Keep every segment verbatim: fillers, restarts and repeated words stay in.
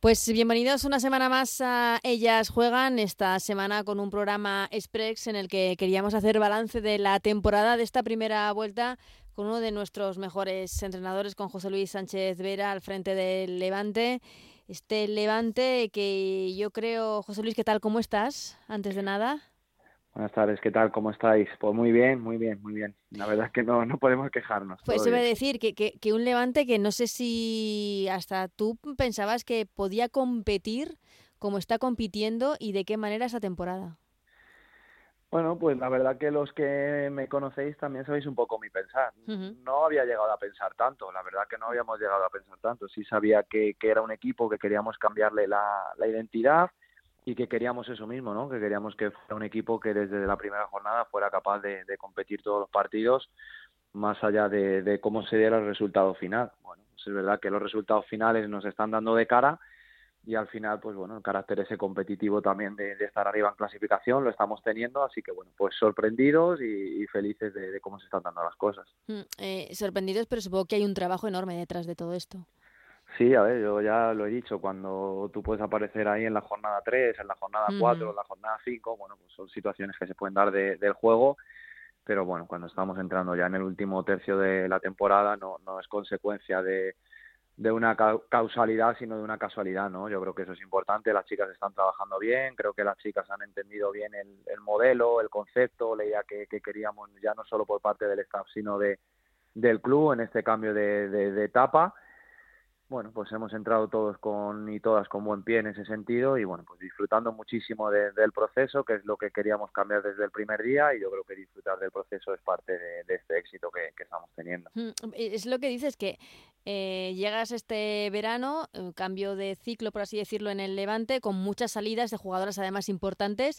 Pues bienvenidos una semana más a Ellas Juegan, esta semana con un programa Express en el que queríamos hacer balance de la temporada de esta primera vuelta con uno de nuestros mejores entrenadores, con José Luis Sánchez Vera al frente del Levante. Este Levante que yo creo, José Luis, ¿qué tal? ¿Cómo estás? Antes de nada. Buenas tardes, ¿qué tal? ¿Cómo estáis? Pues muy bien, muy bien, muy bien. La verdad es que no, no podemos quejarnos, Pues todo se va a bien. decir que, que, que un Levante que no sé si hasta tú pensabas que podía competir como está compitiendo y de qué manera esta temporada. Bueno, pues la verdad que los que me conocéis también sabéis un poco mi pensar. Uh-huh. No había llegado a pensar tanto, la verdad que no habíamos llegado a pensar tanto. Sí sabía que, que era un equipo que queríamos cambiarle la, la identidad y que queríamos eso mismo, ¿no? Que queríamos que fuera un equipo que desde la primera jornada fuera capaz de, de competir todos los partidos, más allá de, de cómo se diera el resultado final. Bueno, pues es verdad que los resultados finales nos están dando de cara y al final, pues bueno, el carácter ese competitivo también de, de estar arriba en clasificación lo estamos teniendo, así que bueno, pues sorprendidos y, y felices de, de cómo se están dando las cosas. Mm, eh, sorprendidos, pero supongo que hay un trabajo enorme detrás de todo esto. Sí, a ver, yo ya lo he dicho, cuando tú puedes aparecer ahí en la jornada tres, en la jornada cuatro, Uh-huh. en la jornada cinco, bueno, pues son situaciones que se pueden dar de, del juego, pero bueno, cuando estamos entrando ya en el último tercio de la temporada no, no es consecuencia de de una causalidad, sino de una casualidad, ¿no? Yo creo que eso es importante, las chicas están trabajando bien, creo que las chicas han entendido bien el, el modelo, el concepto, la idea que, que queríamos ya no solo por parte del staff, sino de del club en este cambio de, de, de etapa. Bueno, pues hemos entrado todos con y todas con buen pie en ese sentido y bueno, pues disfrutando muchísimo de, del proceso, que es lo que queríamos cambiar desde el primer día y yo creo que disfrutar del proceso es parte de, de este éxito que, que estamos teniendo. Mm, Es lo que dices, que eh, llegas este verano, eh, cambio de ciclo, por así decirlo, en el Levante, con muchas salidas de jugadoras además importantes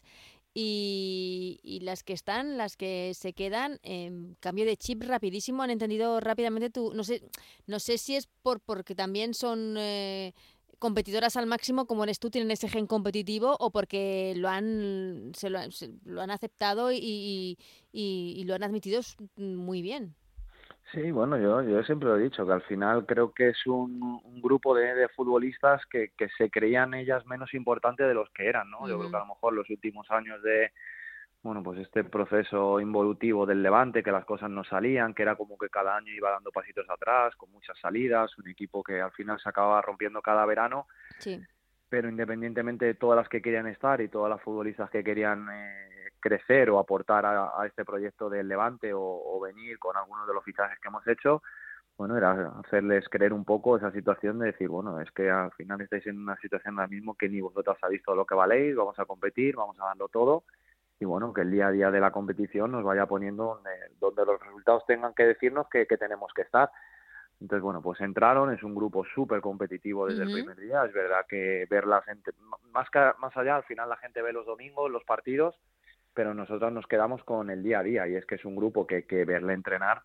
y, y las que están, las que se quedan, eh, cambio de chip rapidísimo, han entendido rápidamente tu... No sé, no sé si es por porque también son... Eh, competidoras al máximo como eres tú, tienen ese gen competitivo o porque lo han se lo, se lo han aceptado y, y, y, y lo han admitido muy bien. Sí, bueno, yo, yo siempre lo he dicho, que al final creo que es un, un grupo de, de futbolistas que, que se creían ellas menos importantes de los que eran, ¿no? Yo creo que a Uh-huh. lo mejor los últimos años de, bueno, pues este proceso involutivo del Levante, que las cosas no salían, que era como que cada año iba dando pasitos atrás, con muchas salidas, un equipo que al final se acababa rompiendo cada verano, Sí. pero independientemente de todas las que querían estar y todas las futbolistas que querían eh, crecer o aportar a, a este proyecto del Levante o, o venir con algunos de los fichajes que hemos hecho, bueno, era hacerles creer un poco esa situación de decir, bueno, es que al final estáis en una situación ahora mismo que ni vosotras sabéis todo lo que valéis, vamos a competir, vamos a darlo todo, y bueno, que el día a día de la competición nos vaya poniendo donde, donde los resultados tengan que decirnos que, que tenemos que estar. Entonces, bueno, pues entraron, es un grupo súper competitivo desde el Uh-huh. primer día, es verdad que ver la gente, más, que, más allá, al final la gente ve los domingos, los partidos, pero nosotros nos quedamos con el día a día, y es que es un grupo que, que verle entrenar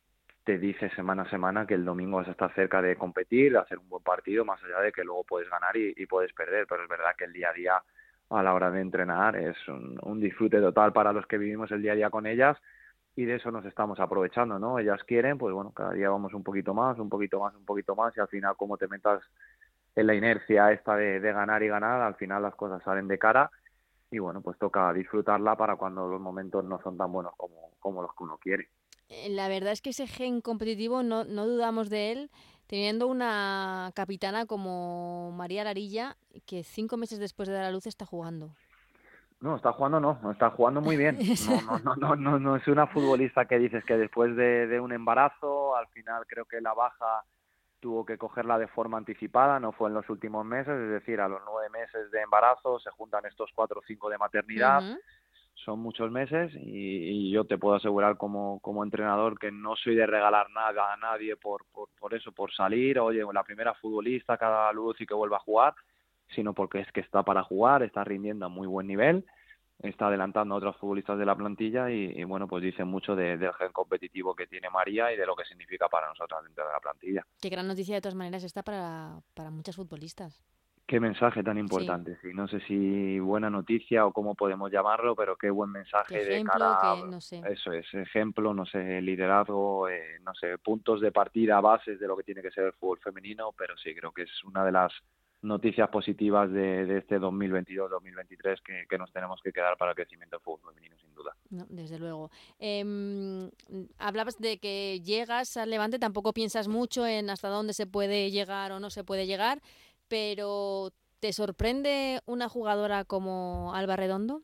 te dice semana a semana que el domingo vas a estar cerca de competir, de hacer un buen partido, más allá de que luego puedes ganar y, y puedes perder, pero es verdad que el día a día a la hora de entrenar es un, un disfrute total para los que vivimos el día a día con ellas y de eso nos estamos aprovechando, ¿no? Ellas quieren, pues bueno, cada día vamos un poquito más, un poquito más, un poquito más y al final como te metas en la inercia esta de, de ganar y ganar, al final las cosas salen de cara y bueno, pues toca disfrutarla para cuando los momentos no son tan buenos como, como los que uno quiere. Eh, La verdad es que ese gen competitivo no, no dudamos de él, teniendo una capitana como María Larilla, que cinco meses después de dar a luz está jugando. No, está jugando no, no está jugando muy bien. No, no, no, no, no, no es una futbolista que dices que después de, de un embarazo, al final creo que la baja tuvo que cogerla de forma anticipada, no fue en los últimos meses, es decir, a los nueve meses de embarazo se juntan estos cuatro o cinco de maternidad, Uh-huh. son muchos meses y, y yo te puedo asegurar como, como entrenador que no soy de regalar nada a nadie por, por, por eso, por salir, oye, la primera futbolista cada luz y que vuelva a jugar, sino porque es que está para jugar, está rindiendo a muy buen nivel, está adelantando a otros futbolistas de la plantilla y, y bueno, pues dice mucho de, del gen competitivo que tiene María y de lo que significa para nosotros dentro de la plantilla. Qué gran noticia de todas maneras está para, para muchas futbolistas. Qué mensaje tan Sí, importante, sí, no sé si buena noticia o cómo podemos llamarlo, pero qué buen qué mensaje de cara ejemplo, a, que no sé. eso es, ejemplo, no sé, liderazgo, eh, no sé, puntos de partida, bases de lo que tiene que ser el fútbol femenino, pero sí, creo que es una de las noticias positivas de, de este dos mil veintidós dos mil veintitrés que, que nos tenemos que quedar para el crecimiento del fútbol femenino, sin duda. No, desde luego. Eh, hablabas de que llegas al Levante, tampoco piensas mucho en hasta dónde se puede llegar o no se puede llegar, pero ¿te sorprende una jugadora como Alba Redondo?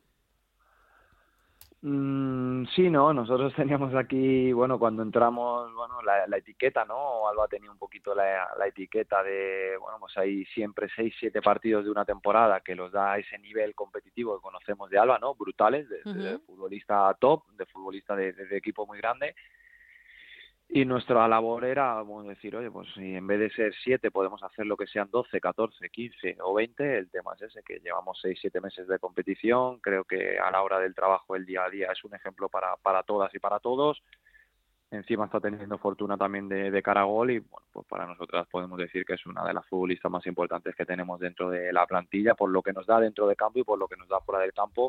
Mm, sí, no, nosotros teníamos aquí, bueno, cuando entramos, bueno, la, la etiqueta, ¿no? Alba tenía un poquito la, la etiqueta de, bueno, pues hay siempre seis, siete partidos de una temporada que los da ese nivel competitivo que conocemos de Alba, ¿no? Brutales, de, de, de Uh-huh. futbolista top, de futbolista de, de, de equipo muy grande. Y nuestra labor era, bueno, decir, oye, pues si en vez de ser siete podemos hacer lo que sean doce, catorce, quince o veinte, el tema es ese, que llevamos seis, siete meses de competición. Creo que a la hora del trabajo, el día a día, es un ejemplo para, para todas y para todos. Encima está teniendo fortuna también de, de cara a gol y, bueno, pues para nosotras podemos decir que es una de las futbolistas más importantes que tenemos dentro de la plantilla, por lo que nos da dentro de campo y por lo que nos da fuera del campo.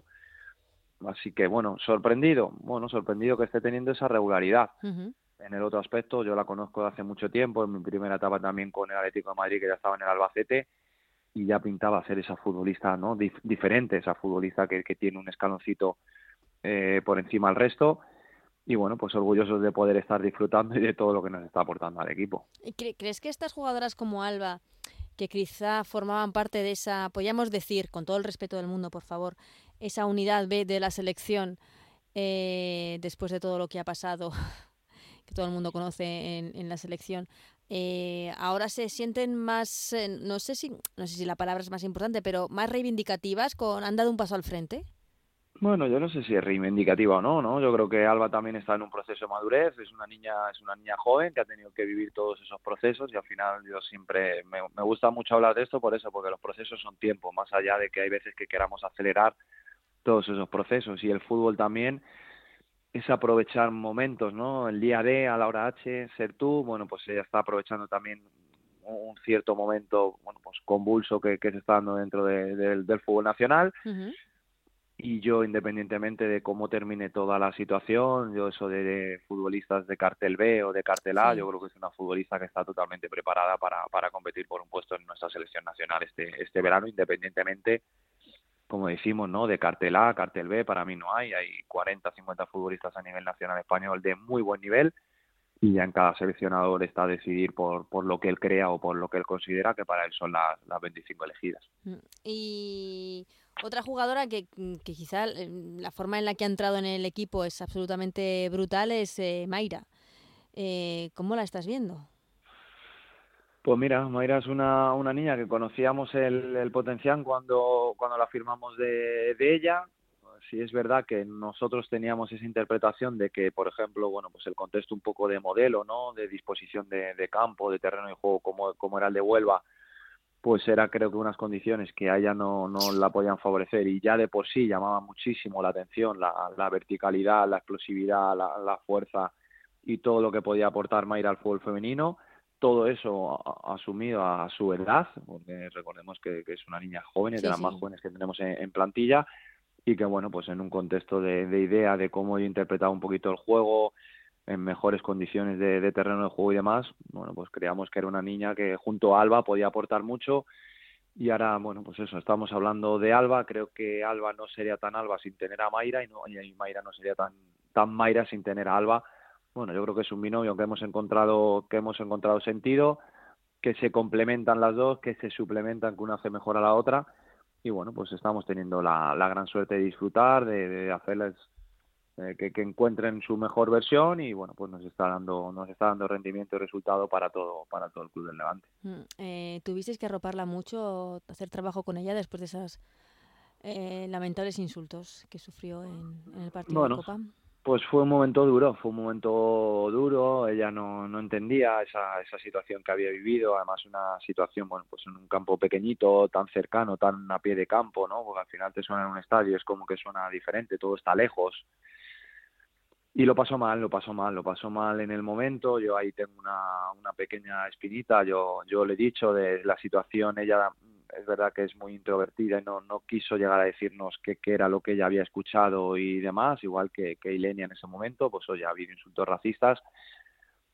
Así que, bueno, sorprendido, bueno, sorprendido que esté teniendo esa regularidad. Uh-huh. En el otro aspecto, yo la conozco de hace mucho tiempo, en mi primera etapa también con el Atlético de Madrid, que ya estaba en el Albacete, y ya pintaba ser esa futbolista, ¿no? Dif- diferente, esa futbolista que, que tiene un escaloncito eh, por encima del resto, y bueno, pues orgullosos de poder estar disfrutando y de todo lo que nos está aportando al equipo. ¿Cre- ¿Crees que estas jugadoras como Alba, que quizá formaban parte de esa, podríamos decir, con todo el respeto del mundo, por favor, esa unidad B de la selección, eh, después de todo lo que ha pasado, que todo el mundo conoce en, en la selección, eh, ahora se sienten más, eh, no sé si, no sé si la palabra es más importante, pero más reivindicativas, con, han dado un paso al frente? Bueno, yo no sé si es reivindicativa o no, ¿no? Yo creo que Alba también está en un proceso de madurez, es una niña, es una niña joven que ha tenido que vivir todos esos procesos y al final yo siempre me, me gusta mucho hablar de esto por eso, porque los procesos son tiempo, más allá de que hay veces que queramos acelerar todos esos procesos y el fútbol también es aprovechar momentos, ¿no? El día D, a la hora H, ser tú, bueno, pues ella está aprovechando también un cierto momento, bueno, pues convulso que, que se está dando dentro de, de, del fútbol nacional. Uh-huh. Y yo, independientemente de cómo termine toda la situación, yo eso de, de futbolistas de cartel B o de cartel A, Sí. yo creo que es una futbolista que está totalmente preparada para, para competir por un puesto en nuestra selección nacional este, este verano, independientemente, como decimos, ¿no? De cartel A, cartel B, para mí no hay, hay cuarenta, cincuenta futbolistas a nivel nacional español de muy buen nivel y ya en cada seleccionador está a decidir por, por lo que él crea o por lo que él considera que para él son las, las veinticinco elegidas. Y otra jugadora que, que quizá la forma en la que ha entrado en el equipo es absolutamente brutal es eh, Mayra. Eh, ¿Cómo la estás viendo? Pues mira, Mayra es una, una niña que conocíamos el, el potencial cuando, cuando la firmamos de, de ella. Sí es verdad que nosotros teníamos esa interpretación de que, por ejemplo, bueno, pues el contexto un poco de modelo, ¿no? De disposición de, de campo, de terreno de juego, como, como era el de Huelva, pues era creo que unas condiciones que a ella no, no la podían favorecer y ya de por sí llamaba muchísimo la atención la, la verticalidad, la explosividad, la, la fuerza y todo lo que podía aportar Mayra al fútbol femenino. Todo eso a- asumido a su edad, porque recordemos que, que es una niña joven, es de Sí, las más sí. jóvenes que tenemos en, en plantilla, y que bueno, pues en un contexto de, de idea de cómo yo interpretaba un poquito el juego, en mejores condiciones de, de terreno de juego y demás, bueno, pues creíamos que era una niña que junto a Alba podía aportar mucho y ahora, bueno, pues eso, estamos hablando de Alba, creo que Alba no sería tan Alba sin tener a Mayra y, no, y Mayra no sería tan, tan Mayra sin tener a Alba. Bueno, yo creo que es un binomio que hemos encontrado, que hemos encontrado sentido, que se complementan las dos, que se suplementan, que una hace mejor a la otra y bueno, pues estamos teniendo la, la gran suerte de disfrutar, de, de hacerles eh, que, que encuentren su mejor versión y bueno, pues nos está dando, nos está dando rendimiento y resultado para todo, para todo el Club del Levante. Mm, Eh, ¿tuvisteis que arroparla mucho, hacer trabajo con ella después de esos eh, lamentables insultos que sufrió en, en el partido de Bueno, Copa? pues fue un momento duro, fue un momento duro, ella no, no entendía esa, esa situación que había vivido, además una situación, bueno, pues en un campo pequeñito, tan cercano, tan a pie de campo, ¿no? Porque al final te suena en un estadio, es como que suena diferente, todo está lejos. Y lo pasó mal, lo pasó mal, lo pasó mal en el momento, yo ahí tengo una, una pequeña espinita, yo, yo le he dicho de la situación, ella es verdad que es muy introvertida y no, no quiso llegar a decirnos qué, qué era lo que ella había escuchado y demás, igual que, que Ilenia en ese momento, pues oye, ha habido insultos racistas,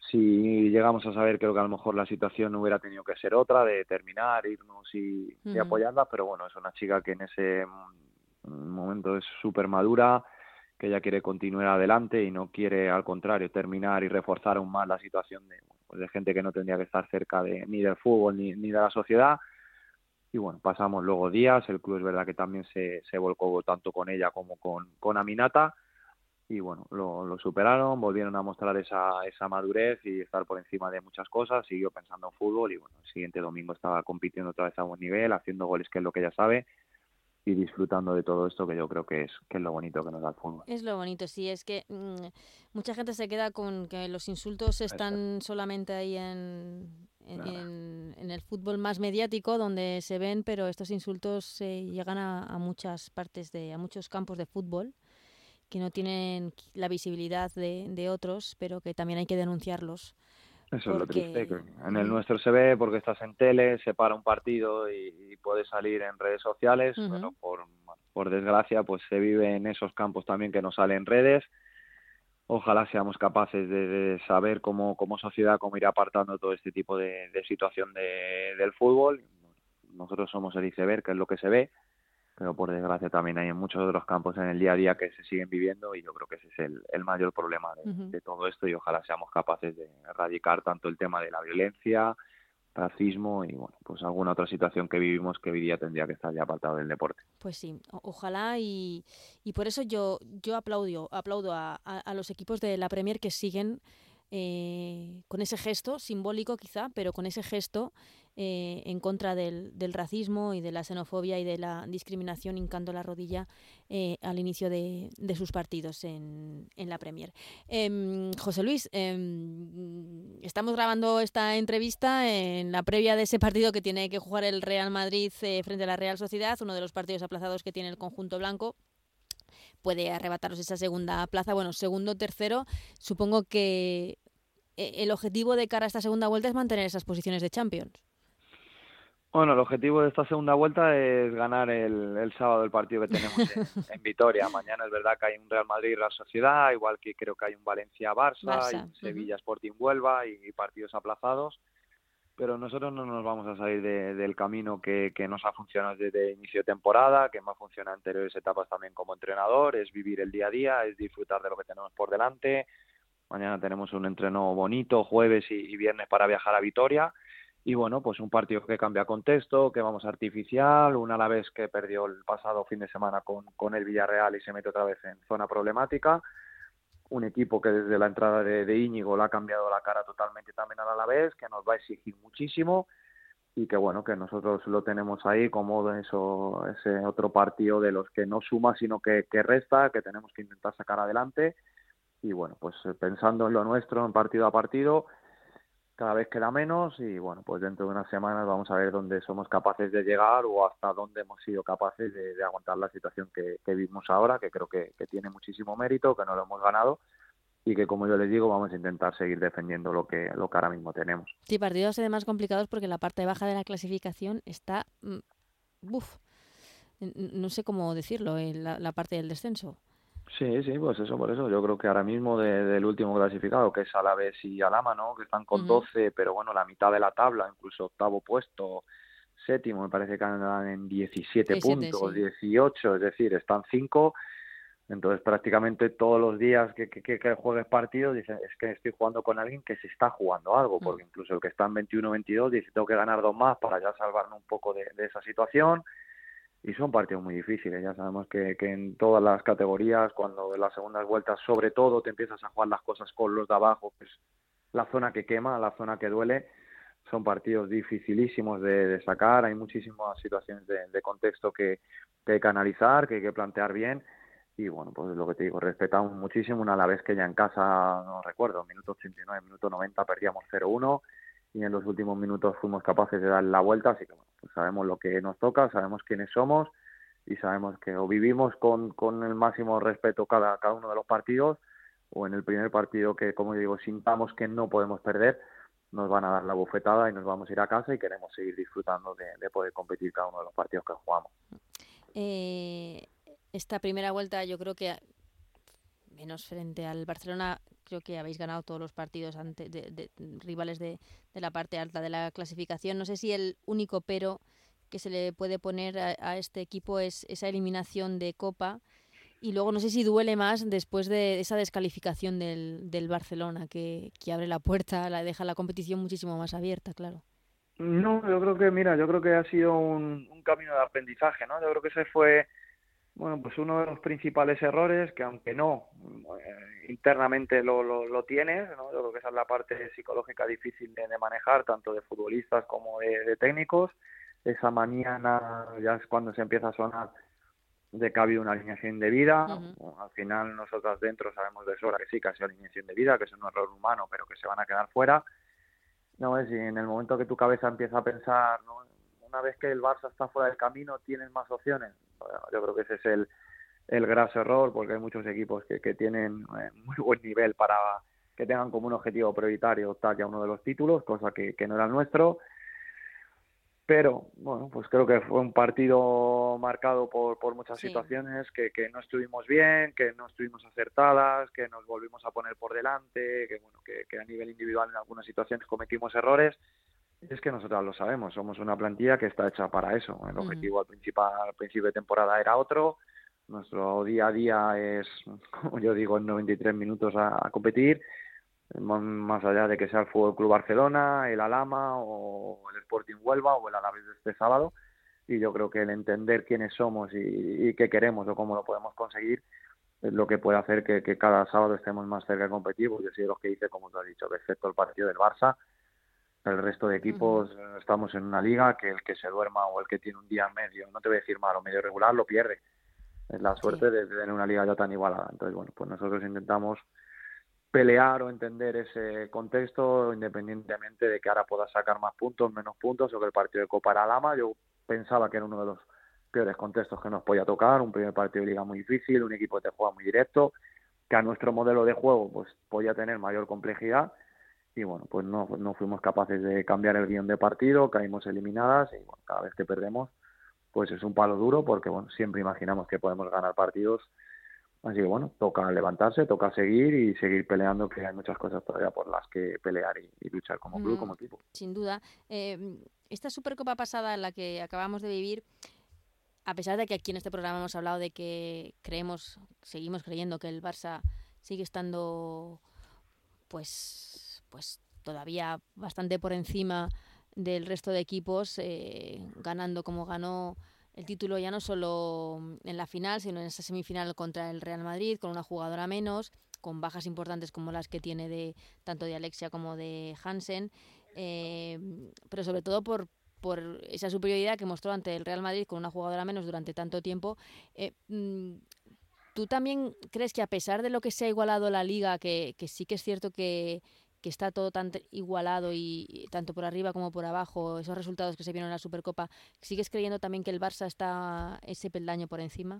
si llegamos a saber, creo que a lo mejor la situación hubiera tenido que ser otra, de terminar, irnos y, y Ujú. apoyarla, pero bueno, es una chica que en ese momento es súper madura, que ella quiere continuar adelante y no quiere, al contrario, terminar y reforzar aún más la situación de, pues de gente que no tendría que estar cerca de ni del fútbol ni, ni de la sociedad. Y bueno, pasamos luego días, el club es verdad que también se, se volcó tanto con ella como con, con Aminata, y bueno, lo, lo superaron, volvieron a mostrar esa, esa madurez y estar por encima de muchas cosas, siguió pensando en fútbol y bueno, el siguiente domingo estaba compitiendo otra vez a buen nivel, haciendo goles, que es lo que ella sabe, y disfrutando de todo esto, que yo creo que es, que es lo bonito que nos da el fútbol. Es lo bonito, sí, es que mmm, mucha gente se queda con que los insultos Eso es, están solamente ahí en, nada, en, en el fútbol más mediático, donde se ven, pero estos insultos eh, llegan a, a muchas partes, de a muchos campos de fútbol que no tienen la visibilidad de, de otros, pero que también hay que denunciarlos, eso es lo triste, que porque... en el Ujú, nuestro se ve porque estás en tele, se para un partido y, y puede salir en redes sociales, pero ujú. por, por desgracia pues se vive en esos campos también que no salen en redes. Ojalá seamos capaces de, de saber cómo, como sociedad, cómo ir apartando todo este tipo de, de situación de, del fútbol. Nosotros somos el iceberg, que es lo que se ve, pero por desgracia también hay en muchos otros campos en el día a día que se siguen viviendo, y yo creo que ese es el, el mayor problema de, Ujú. de todo esto, y ojalá seamos capaces de erradicar tanto el tema de la violencia, racismo y bueno, pues alguna otra situación que vivimos que hoy día tendría que estar ya apartado del deporte. Pues sí, o- ojalá y, y por eso yo, yo aplaudo, aplaudo a, a- a los equipos de la Premier que siguen eh, con ese gesto, simbólico quizá, pero con ese gesto eh, en contra del, del racismo y de la xenofobia y de la discriminación, hincando la rodilla eh, al inicio de, de sus partidos en, en la Premier. Em, José Luis, em, estamos grabando esta entrevista en la previa de ese partido que tiene que jugar el Real Madrid eh, frente a la Real Sociedad, uno de los partidos aplazados que tiene el conjunto blanco. Puede arrebataros esa segunda plaza. Bueno, segundo, tercero, supongo que eh, el objetivo de cara a esta segunda vuelta es mantener esas posiciones de Champions. Bueno, el objetivo de esta segunda vuelta es ganar el, el sábado el partido que tenemos en, en Vitoria. Mañana es verdad que hay un Real Madrid-Real Sociedad, igual que creo que hay un Valencia-Barça y Barça. un Uh-huh. Sevilla-Sporting-Huelva y, y partidos aplazados. Pero nosotros no nos vamos a salir de, del camino que, que nos ha funcionado desde inicio de temporada, que me ha funcionado en anteriores etapas también como entrenador, es vivir el día a día, es disfrutar de lo que tenemos por delante. Mañana tenemos un entreno bonito, jueves y, y viernes para viajar a Vitoria. Y bueno, pues un partido que cambia contexto, que vamos artificial, un Alavés que perdió el pasado fin de semana con, con el Villarreal y se mete otra vez en zona problemática, un equipo que desde la entrada de, de Íñigo le ha cambiado la cara totalmente también al Alavés, que nos va a exigir muchísimo y que bueno, que nosotros lo tenemos ahí como eso, ese otro partido de los que no suma sino que, que resta, que tenemos que intentar sacar adelante. Y bueno, pues pensando en lo nuestro, en partido a partido, cada vez queda menos y bueno, pues dentro de unas semanas vamos a ver dónde somos capaces de llegar o hasta dónde hemos sido capaces de, de aguantar la situación que, que vivimos ahora, que creo que, que tiene muchísimo mérito, que no lo hemos ganado y que, como yo les digo, vamos a intentar seguir defendiendo lo que, lo que ahora mismo tenemos. Sí, partidos además complicados porque la parte baja de la clasificación está... Mm, uf, no sé cómo decirlo, eh, la, la parte del descenso. Sí, sí, pues eso, por eso. Yo creo que ahora mismo de, del último clasificado, que es Alavés y Alama, ¿no? Que están con Uh-huh. doce, pero bueno, la mitad de la tabla, incluso octavo puesto, séptimo, me parece que andan en diecisiete diecisiete, puntos, sí. dieciocho, es decir, están cinco. Entonces, prácticamente todos los días que, que, que juegues partidos, dicen, es que estoy jugando con alguien que se está jugando algo, Uh-huh. porque incluso el que está en veintiuno veintidós dice, tengo que ganar dos más para ya salvarme un poco de, de esa situación. Y son partidos muy difíciles, ya sabemos que, que en todas las categorías, cuando en las segundas vueltas, sobre todo, te empiezas a jugar las cosas con los de abajo, que es la zona que quema, la zona que duele, son partidos dificilísimos de, de sacar, hay muchísimas situaciones de, de contexto que, que hay que analizar, que hay que plantear bien, y bueno, pues lo que te digo, respetamos muchísimo, una a la vez que ya en casa, no recuerdo, minuto ochenta y nueve, minuto noventa perdíamos cero uno, y en los últimos minutos fuimos capaces de dar la vuelta, así que bueno, pues sabemos lo que nos toca, sabemos quiénes somos y sabemos que o vivimos con, con el máximo respeto cada, cada uno de los partidos, o en el primer partido que, como digo, sintamos que no podemos perder, nos van a dar la bufetada y nos vamos a ir a casa y queremos seguir disfrutando de, de poder competir cada uno de los partidos que jugamos. Eh, esta primera vuelta yo creo que menos frente al Barcelona. Creo que habéis ganado todos los partidos ante de, de, rivales de, de la parte alta de la clasificación. No sé si el único pero que se le puede poner a, a este equipo es esa eliminación de Copa. Y luego no sé si duele más después de esa descalificación del, del Barcelona, que, que abre la puerta, la deja la competición muchísimo más abierta, claro. No, yo creo que, mira, yo creo que ha sido un, un camino de aprendizaje, ¿no? Yo creo que ese fue, bueno, pues uno de los principales errores, que aunque no eh, internamente lo, lo, lo tienes, ¿no? Yo creo que esa es la parte psicológica difícil de, de manejar, tanto de futbolistas como de, de técnicos. Esa mañana ya es cuando se empieza a sonar de que ha habido una alineación indebida. Uh-huh. Bueno, al final nosotros dentro sabemos de sobra que sí, que ha sido alineación indebida, que es un error humano, pero que se van a quedar fuera. No, es si en el momento que tu cabeza empieza a pensar, ¿no? Una vez que el Barça está fuera del camino, ¿tienes más opciones? Bueno, yo creo que ese es el, el graso error, porque hay muchos equipos que, que tienen eh, muy buen nivel para que tengan como un objetivo prioritario optar ya uno de los títulos, cosa que, que no era el nuestro. Pero, bueno, pues creo que fue un partido marcado por, por muchas Sí. situaciones, que, que no estuvimos bien, que no estuvimos acertadas, que nos volvimos a poner por delante, que, bueno, que, que a nivel individual en algunas situaciones cometimos errores. Es que nosotros lo sabemos, somos una plantilla que está hecha para eso. El objetivo Uh-huh. al, principal, al principio de temporada era otro. Nuestro día a día es, como yo digo, en noventa y tres minutos a, a competir, más allá de que sea el Fútbol Club Barcelona, el Alhama o el Sporting Huelva o el Alavés de este sábado. Y yo creo que el entender quiénes somos y, y qué queremos o cómo lo podemos conseguir es lo que puede hacer que, que cada sábado estemos más cerca de competir. Porque yo soy de los que dice, como tú has dicho, que excepto el partido del Barça, el resto de equipos uh-huh. estamos en una liga que el que se duerma o el que tiene un día medio, no te voy a decir malo, medio regular, lo pierde. Es la suerte sí. de tener una liga ya tan igualada. Entonces, bueno, pues nosotros intentamos pelear o entender ese contexto independientemente de que ahora puedas sacar más puntos, menos puntos, o que el partido de Copa era Lama. Yo pensaba que era uno de los peores contextos que nos podía tocar, un primer partido de liga muy difícil, un equipo que te juega muy directo, que a nuestro modelo de juego pues podía tener mayor complejidad. Y bueno, pues no, no fuimos capaces de cambiar el guión de partido, caímos eliminadas y bueno, cada vez que perdemos pues es un palo duro porque bueno, siempre imaginamos que podemos ganar partidos, así que bueno, toca levantarse, toca seguir y seguir peleando, que hay muchas cosas todavía por las que pelear y, y luchar como club, mm, como equipo. Sin duda. Eh, esta Supercopa pasada en la que acabamos de vivir, a pesar de que aquí en este programa hemos hablado de que creemos, seguimos creyendo que el Barça sigue estando pues pues todavía bastante por encima del resto de equipos, eh, ganando como ganó el título ya no solo en la final, sino en esa semifinal contra el Real Madrid, con una jugadora menos, con bajas importantes como las que tiene de tanto de Alexia como de Hansen, eh, pero sobre todo por por esa superioridad que mostró ante el Real Madrid con una jugadora menos durante tanto tiempo. Eh, ¿Tú también crees que a pesar de lo que se ha igualado la Liga, que, que sí que es cierto que, que está todo tan igualado y, y tanto por arriba como por abajo, esos resultados que se vieron en la Supercopa, ¿sigues creyendo también que el Barça está ese peldaño por encima?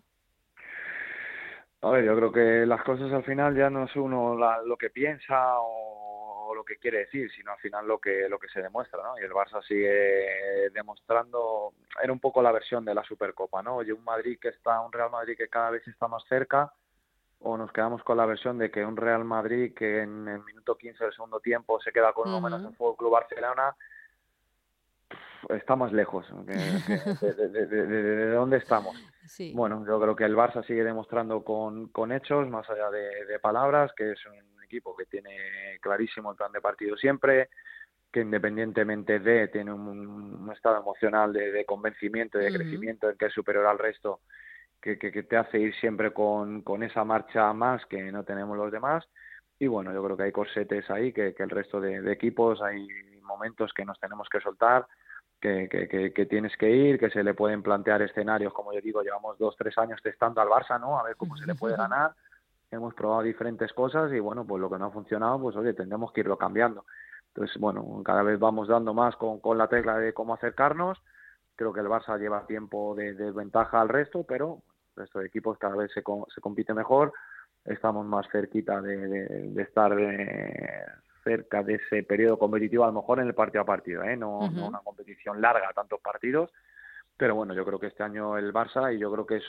A ver, yo creo que las cosas al final ya no es uno la, lo que piensa o, o lo que quiere decir, sino al final lo que lo que se demuestra, ¿no? Y el Barça sigue demostrando, era un poco la versión de la Supercopa, ¿no? Oye, un Madrid que está, un Real Madrid que cada vez está más cerca, o nos quedamos con la versión de que un Real Madrid que en el minuto quince del segundo tiempo se queda con uno uh-huh. menos en Fútbol Club Barcelona, está más lejos que, que de, de, de, de, de dónde estamos. Sí. Bueno, yo creo que el Barça sigue demostrando con, con hechos, más allá de, de palabras, que es un equipo que tiene clarísimo el plan de partido siempre, que independientemente de, tiene un, un estado emocional de, de convencimiento y de uh-huh. crecimiento, en que es superior al resto, que, que, que te hace ir siempre con, con esa marcha más que no tenemos los demás. Y bueno, yo creo que hay corsetes ahí, que, que el resto de, de equipos, hay momentos que nos tenemos que soltar, Que, que, que, que tienes que ir, que se le pueden plantear escenarios, como yo digo, llevamos dos, tres años testando al Barça, ¿no? A ver cómo se le puede ganar, hemos probado diferentes cosas y bueno, pues lo que no ha funcionado, pues oye, tendremos que irlo cambiando. Entonces, bueno, cada vez vamos dando más con, con la tecla de cómo acercarnos, creo que el Barça lleva tiempo de, de ventaja al resto, pero el resto de equipos cada vez se, se compite mejor, estamos más cerquita de, de, de estar de, cerca de ese periodo competitivo, a lo mejor en el partido a partido, ¿eh? no, uh-huh. no una competición larga, tantos partidos, pero bueno, yo creo que este año el Barça, y yo creo que es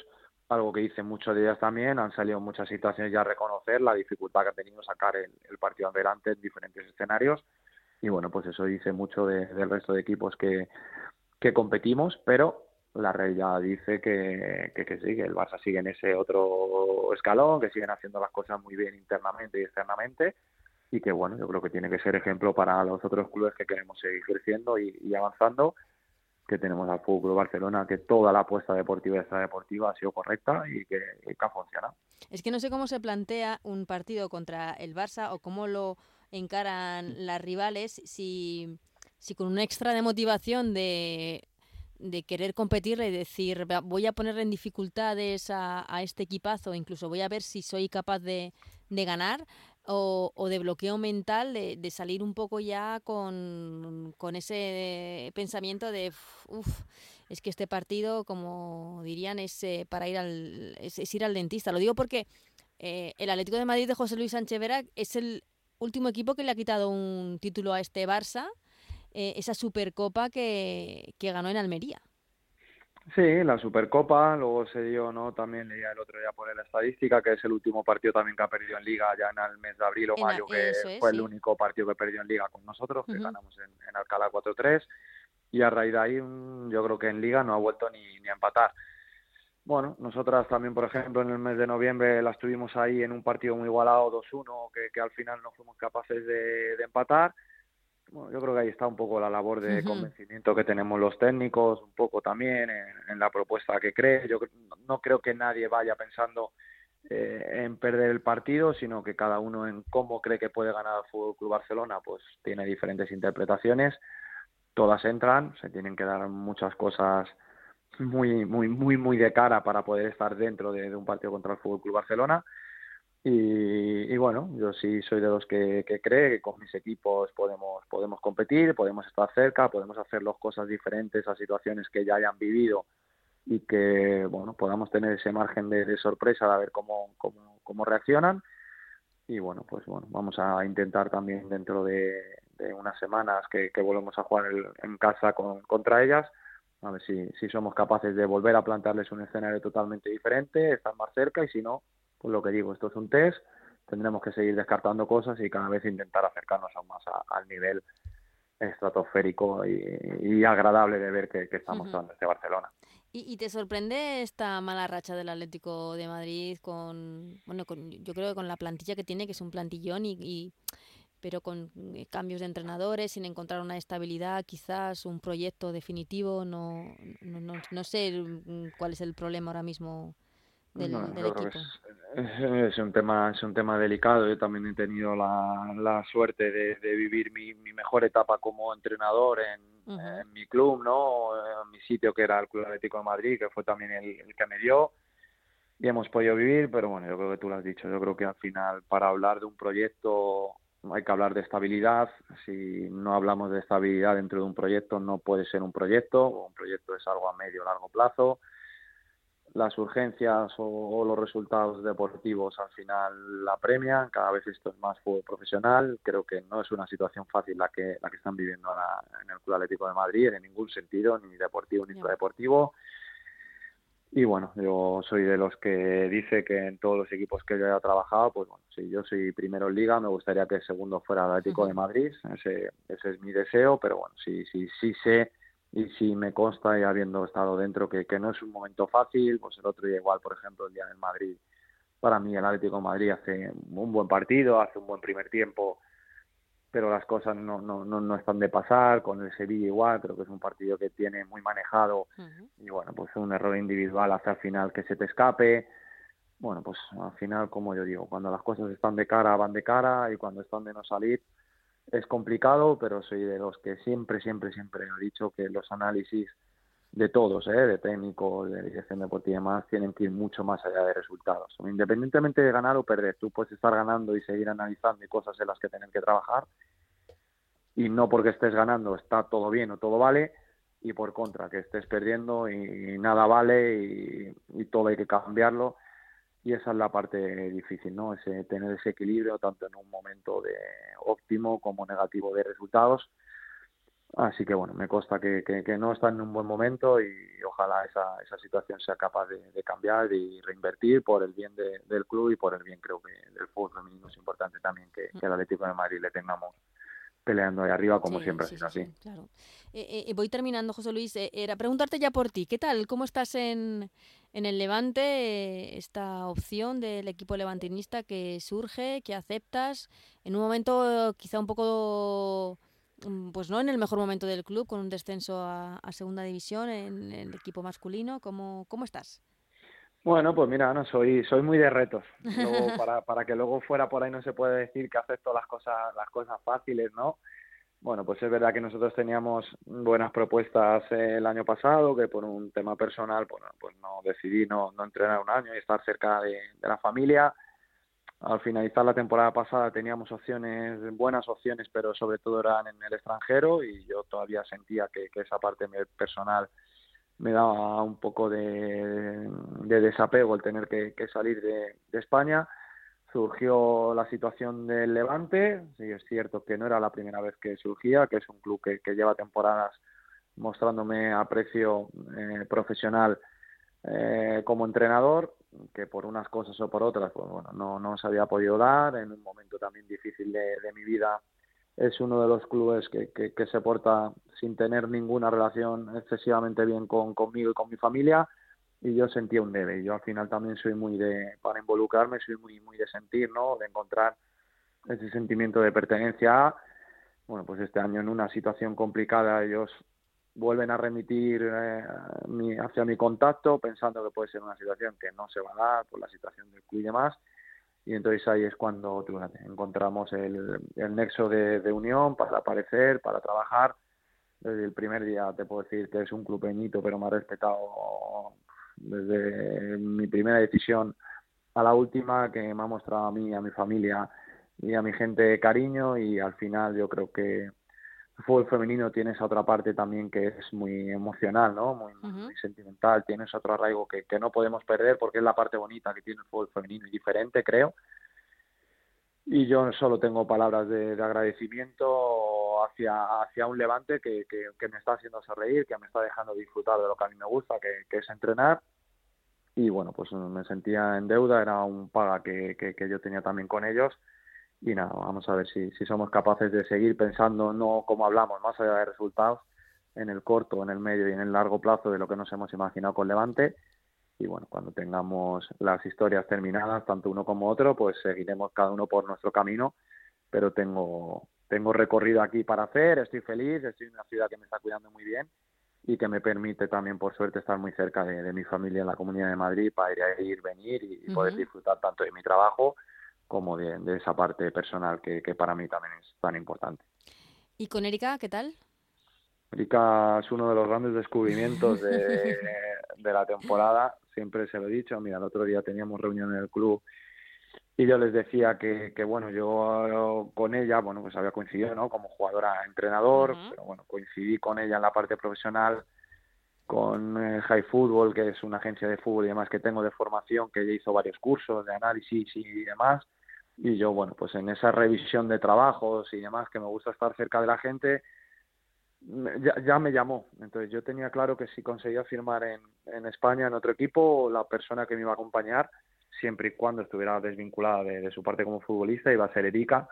algo que dicen muchos de ellas también, han salido muchas situaciones ya a reconocer la dificultad que ha tenido sacar el, el partido adelante en diferentes escenarios, y bueno, pues eso dice mucho de, del resto de equipos que, que competimos, pero la realidad dice que, que, que sí, que el Barça sigue en ese otro escalón, que siguen haciendo las cosas muy bien internamente y externamente, y que bueno, yo creo que tiene que ser ejemplo para los otros clubes que queremos seguir creciendo y, y avanzando, que tenemos al Fútbol Club Barcelona, que toda la apuesta deportiva y extradeportiva ha sido correcta y que, y que ha funcionado. Es que no sé cómo se plantea un partido contra el Barça o cómo lo encaran las rivales si, si con un extra de motivación de, de querer competir y decir voy a poner en dificultades a, a este equipazo, incluso voy a ver si soy capaz de, de ganar, o, o de bloqueo mental de, de salir un poco ya con, con ese pensamiento de uff, es que este partido, como dirían, es eh, para ir al es, es ir al dentista. Lo digo porque eh, el Atlético de Madrid de José Luis Sánchez Vera es el último equipo que le ha quitado un título a este Barça, eh, esa Supercopa que, que ganó en Almería. Sí, la Supercopa, luego se dio, ¿no? También leía el otro día por la estadística, que es el último partido también que ha perdido en Liga ya en el mes de abril o En a, mayo, que eso es, fue el sí. único partido que perdió en Liga con nosotros, que Uh-huh. ganamos en, en Alcalá cuatro tres, y a raíz de ahí yo creo que en Liga no ha vuelto ni, ni a empatar. Bueno, nosotras también, por ejemplo, en el mes de noviembre las tuvimos ahí en un partido muy igualado, dos uno, que, que al final no fuimos capaces de, de empatar. Bueno, yo creo que ahí está un poco la labor de Uh-huh. convencimiento que tenemos los técnicos, un poco también en, en la propuesta que cree. Yo no creo que nadie vaya pensando eh, en perder el partido, sino que cada uno en cómo cree que puede ganar el Fútbol Club Barcelona, pues tiene diferentes interpretaciones. Todas entran, se tienen que dar muchas cosas muy, muy, muy, muy de cara para poder estar dentro de, de un partido contra el Fútbol Club Barcelona. Y, y bueno, yo sí soy de los que, que cree que con mis equipos podemos, podemos competir, podemos estar cerca, podemos hacer las cosas diferentes a situaciones que ya hayan vivido y que bueno, podamos tener ese margen de, de sorpresa de ver cómo, cómo, cómo reaccionan. Y bueno, pues bueno, vamos a intentar también dentro de, de unas semanas que, que volvemos a jugar el, en casa con, contra ellas, a ver si, si somos capaces de volver a plantearles un escenario totalmente diferente, estar más cerca, y si no, pues lo que digo, esto es un test, tendremos que seguir descartando cosas y cada vez intentar acercarnos aún más a, al nivel estratosférico y, y agradable de ver que, que estamos Uh-huh. dando desde Barcelona. ¿Y, ¿Y te sorprende esta mala racha del Atlético de Madrid con, bueno, con, yo creo que con la plantilla que tiene, que es un plantillón, y, y pero con eh, cambios de entrenadores, sin encontrar una estabilidad, quizás un proyecto definitivo? No, no, no, no sé mm, cuál es el problema ahora mismo No, del, del yo creo que equipo. es, es, es un tema es un tema delicado. Yo también he tenido la, la suerte de, de vivir mi, mi mejor etapa como entrenador en, Uh-huh. en mi club, ¿no? En mi sitio, que era el Club Atlético de Madrid, que fue también el, el que me dio, y hemos podido vivir. Pero bueno, yo creo que tú lo has dicho. Yo creo que al final, para hablar de un proyecto hay que hablar de estabilidad. Si no hablamos de estabilidad dentro de un proyecto, no puede ser un proyecto. Un proyecto es algo a medio o largo plazo. Las urgencias o, o los resultados deportivos al final la premian. Cada vez esto es más fútbol profesional. Creo que no es una situación fácil la que la que están viviendo ahora en el Club Atlético de Madrid, en ningún sentido, ni deportivo ni Yeah. extradeportivo. Y bueno, yo soy de los que dice que en todos los equipos que yo haya trabajado, pues bueno, si yo soy primero en Liga, me gustaría que el segundo fuera el Atlético de Uh-huh. Madrid. Ese, ese es mi deseo, pero bueno, sí, sí, sí sé y sí me consta, y habiendo estado dentro, que, que no es un momento fácil. Pues el otro día igual, por ejemplo, el día del Madrid, para mí el Atlético de Madrid hace un buen partido, hace un buen primer tiempo, pero las cosas no, no, no, no están de pasar. Con el Sevilla igual, creo que es un partido que tiene muy manejado, Uh-huh. y bueno, pues un error individual hace al final que se te escape. Bueno, pues al final, como yo digo, cuando las cosas están de cara, van de cara, y cuando están de no salir, es complicado. Pero soy de los que siempre, siempre, siempre he dicho que los análisis de todos, ¿eh? De técnicos, de dirección deportiva y demás, tienen que ir mucho más allá de resultados. Independientemente de ganar o perder, tú puedes estar ganando y seguir analizando y cosas en las que tener que trabajar, y no porque estés ganando está todo bien o todo vale, y por contra, que estés perdiendo y, y nada vale, y, y todo hay que cambiarlo. Y esa es la parte difícil, ¿no? Ese, tener ese equilibrio tanto en un momento de óptimo como negativo de resultados. Así que bueno, me consta que, que, que no está en un buen momento y ojalá esa, esa situación sea capaz de, de cambiar y reinvertir por el bien de, del club y por el bien, creo que, del fútbol femenino. Es importante también que, que al Atlético de Madrid le tengamos peleando ahí arriba, como Sí, siempre ha sí, sido sí, así. sí, claro. Eh, eh, voy terminando, José Luis. Eh, era preguntarte ya por ti. ¿Qué tal? ¿Cómo estás en, en el Levante? Eh, esta opción del equipo levantinista que surge, que aceptas en un momento eh, quizá un poco, mm, pues no en el mejor momento del club, con un descenso a, a segunda división en, en el equipo masculino. ¿Cómo, cómo estás? Bueno, pues mira, no soy soy muy de retos. Luego para para que luego fuera por ahí no se puede decir que acepto las cosas las cosas fáciles, ¿no? Bueno, pues es verdad que nosotros teníamos buenas propuestas eh, el año pasado, que por un tema personal, bueno, pues no decidí no, no entrenar un año y estar cerca de, de la familia. Al finalizar la temporada pasada teníamos opciones, buenas opciones, pero sobre todo eran en el extranjero y yo todavía sentía que, que esa parte me- personal me daba un poco de, de desapego el tener que, que salir de, de España. Surgió la situación del Levante, sí es cierto que no era la primera vez que surgía, que es un club que, que lleva temporadas mostrándome aprecio eh, profesional eh, como entrenador, que por unas cosas o por otras, pues bueno, no, no se había podido dar, en un momento también difícil de, de mi vida. Es uno de los clubes que, que, que se porta sin tener ninguna relación excesivamente bien con, conmigo y con mi familia, y yo sentía un debe. Yo al final también soy muy de, para involucrarme, soy muy, muy de sentir, ¿no? De encontrar ese sentimiento de pertenencia a, bueno, pues este año en una situación complicada ellos vuelven a remitir eh, mi, hacia mi contacto pensando que puede ser una situación que no se va a dar por la situación del club y demás, y entonces ahí es cuando fíjate, encontramos el, el nexo de, de unión para aparecer, para trabajar. Desde el primer día te puedo decir que es un club pequeñito, pero me ha respetado desde mi primera decisión a la última, que me ha mostrado a mí, a mi familia y a mi gente cariño, y al final yo creo que el fútbol femenino tiene esa otra parte también que es muy emocional, ¿no? Muy, muy, Ujú. muy sentimental, tiene ese otro arraigo que, que no podemos perder porque es la parte bonita que tiene el fútbol femenino y diferente, creo. Y yo solo tengo palabras de, de agradecimiento hacia, hacia un Levante que, que, que me está haciendo reír, que me está dejando disfrutar de lo que a mí me gusta, que, que es entrenar. Y bueno, pues me sentía en deuda, era un paga que, que, que yo tenía también con ellos. Y nada, vamos a ver si, si somos capaces de seguir pensando, no como hablamos, más allá de resultados, en el corto, en el medio y en el largo plazo de lo que nos hemos imaginado con Levante. Y bueno, cuando tengamos las historias terminadas, tanto uno como otro, pues seguiremos cada uno por nuestro camino, pero tengo, tengo recorrido aquí para hacer, estoy feliz, estoy en una ciudad que me está cuidando muy bien y que me permite también, por suerte, estar muy cerca de, de mi familia en la Comunidad de Madrid para ir a ir, venir y poder Ujú. disfrutar tanto de mi trabajo como de, de esa parte personal que, que para mí también es tan importante. ¿Y con Erika, qué tal? Erika es uno de los grandes descubrimientos de, de la temporada, siempre se lo he dicho. Mira, el otro día teníamos reunión en el club y yo les decía que, que bueno, yo con ella, bueno, pues había coincidido, ¿no? Como jugadora entrenador, Ujú. pero bueno, coincidí con ella en la parte profesional con eh, High Football, que es una agencia de fútbol y demás que tengo de formación, que ella hizo varios cursos de análisis y demás. Y yo, bueno, pues en esa revisión de trabajos y demás, que me gusta estar cerca de la gente, me- ya, ya me llamó. Entonces yo tenía claro que si conseguía firmar en, en España, en otro equipo, la persona que me iba a acompañar, siempre y cuando estuviera desvinculada de, de su parte como futbolista, iba a ser Erika.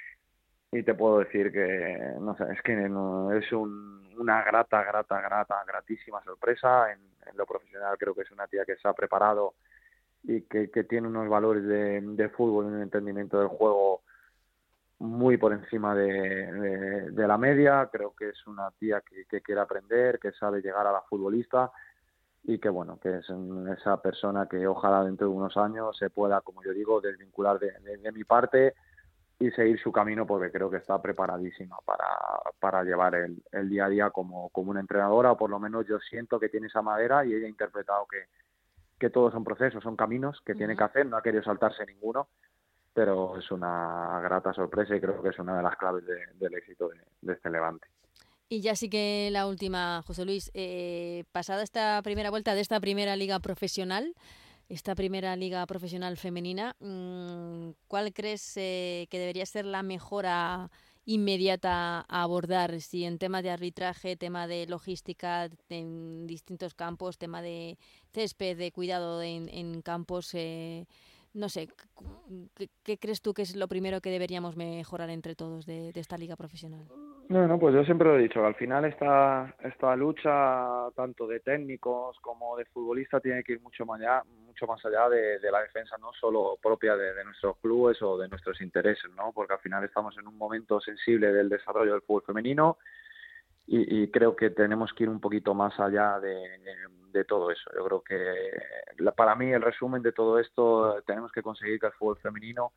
Y te puedo decir que, no sé, es que no, es un, una grata, grata, grata, gratísima sorpresa. En, en lo profesional creo que es una tía que se ha preparado y que, que tiene unos valores de, de fútbol y un entendimiento del juego muy por encima de, de, de la media. Creo que es una tía que, que quiere aprender, que sabe llegar a la futbolista y que bueno, que es esa persona que ojalá dentro de unos años se pueda, como yo digo, desvincular de, de, de mi parte y seguir su camino, porque creo que está preparadísima para, para llevar el, el día a día como, como una entrenadora, o por lo menos yo siento que tiene esa madera y ella ha interpretado que, que todos son procesos, son caminos que tiene que Ujú. hacer, no ha querido saltarse ninguno, pero es una grata sorpresa y creo que es una de las claves de, del éxito de, de este Levante. Y ya sí que la última, José Luis, eh, pasada esta primera vuelta de esta primera liga profesional, esta primera liga profesional femenina, mmm, ¿cuál crees eh, que debería ser la mejora inmediata a abordar, si en temas de arbitraje, tema de logística en distintos campos, tema de césped, de cuidado en, en campos, eh, no sé, ¿qué, ¿qué crees tú que es lo primero que deberíamos mejorar entre todos de, de esta liga profesional? No, no, pues yo siempre lo he dicho, que al final esta, esta lucha, tanto de técnicos como de futbolistas, tiene que ir mucho más allá, mucho más allá de, de la defensa, no solo propia de, de nuestros clubes o de nuestros intereses, ¿no? Porque al final estamos en un momento sensible del desarrollo del fútbol femenino y, y creo que tenemos que ir un poquito más allá de, de, de todo eso. Yo creo que la, para mí el resumen de todo esto, tenemos que conseguir que el fútbol femenino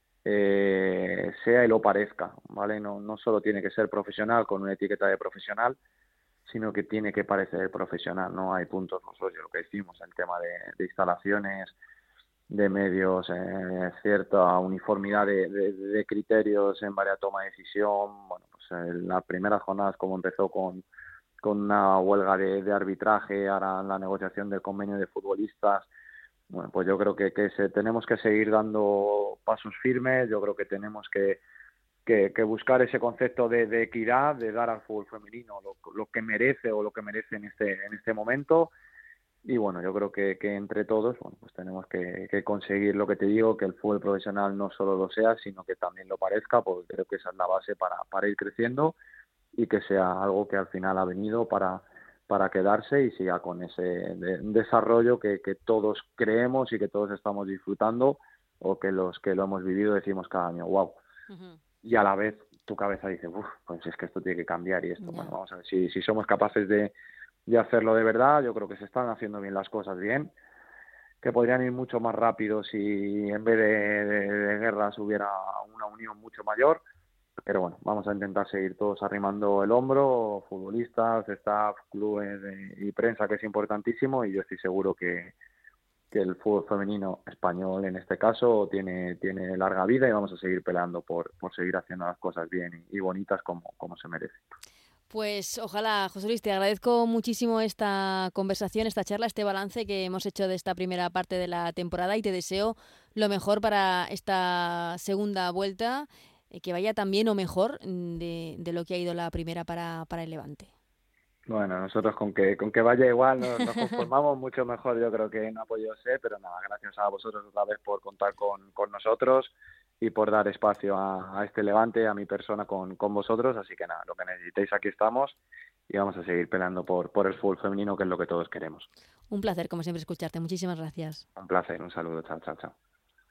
Eh, sea y lo parezca, ¿vale? No, no solo tiene que ser profesional con una etiqueta de profesional, sino que tiene que parecer profesional, ¿no? Hay puntos, nosotros, lo que decimos, el tema de, de instalaciones, de medios, eh, cierta uniformidad de, de, de criterios en varias toma de decisión. Bueno, pues en las primeras jornadas, como empezó con, con una huelga de, de arbitraje, ahora la negociación del convenio de futbolistas. Bueno, pues yo creo que, que se, tenemos que seguir dando pasos firmes. Yo creo que tenemos que, que, que buscar ese concepto de, de equidad, de dar al fútbol femenino lo, lo que merece o lo que merece en este, en este momento. Y bueno, yo creo que, que entre todos, bueno, pues tenemos que, que conseguir lo que te digo, que el fútbol profesional no solo lo sea, sino que también lo parezca, porque creo que esa es la base para, para ir creciendo y que sea algo que al final ha venido para para quedarse y siga con ese de, desarrollo que, que todos creemos y que todos estamos disfrutando, o que los que lo hemos vivido decimos cada año, wow. Uh-huh. Y a la vez tu cabeza dice, uff, pues es que esto tiene que cambiar y esto, yeah. Bueno, vamos a ver, si, si somos capaces de, de hacerlo de verdad, yo creo que se están haciendo bien las cosas bien, que podrían ir mucho más rápido si en vez de, de, de guerras hubiera una unión mucho mayor. Pero bueno, vamos a intentar seguir todos arrimando el hombro, futbolistas, staff, clubes y prensa, que es importantísimo, y yo estoy seguro que, que el fútbol femenino español en este caso tiene, tiene larga vida y vamos a seguir peleando por, por seguir haciendo las cosas bien y, y bonitas como, como se merece. Pues ojalá, José Luis, te agradezco muchísimo esta conversación, esta charla, este balance que hemos hecho de esta primera parte de la temporada y te deseo lo mejor para esta segunda vuelta, que vaya tan bien o mejor de, de lo que ha ido la primera para, para el Levante. Bueno, nosotros con que con que vaya igual nos, nos conformamos mucho mejor, yo creo que no ha podido ser, pero nada, gracias a vosotros otra vez por contar con, con nosotros y por dar espacio a, a este Levante, a mi persona con, con vosotros, así que nada, lo que necesitéis aquí estamos y vamos a seguir peleando por, por el fútbol femenino, que es lo que todos queremos. Un placer, como siempre, escucharte. Muchísimas gracias. Un placer, un saludo, chao, chao, chao.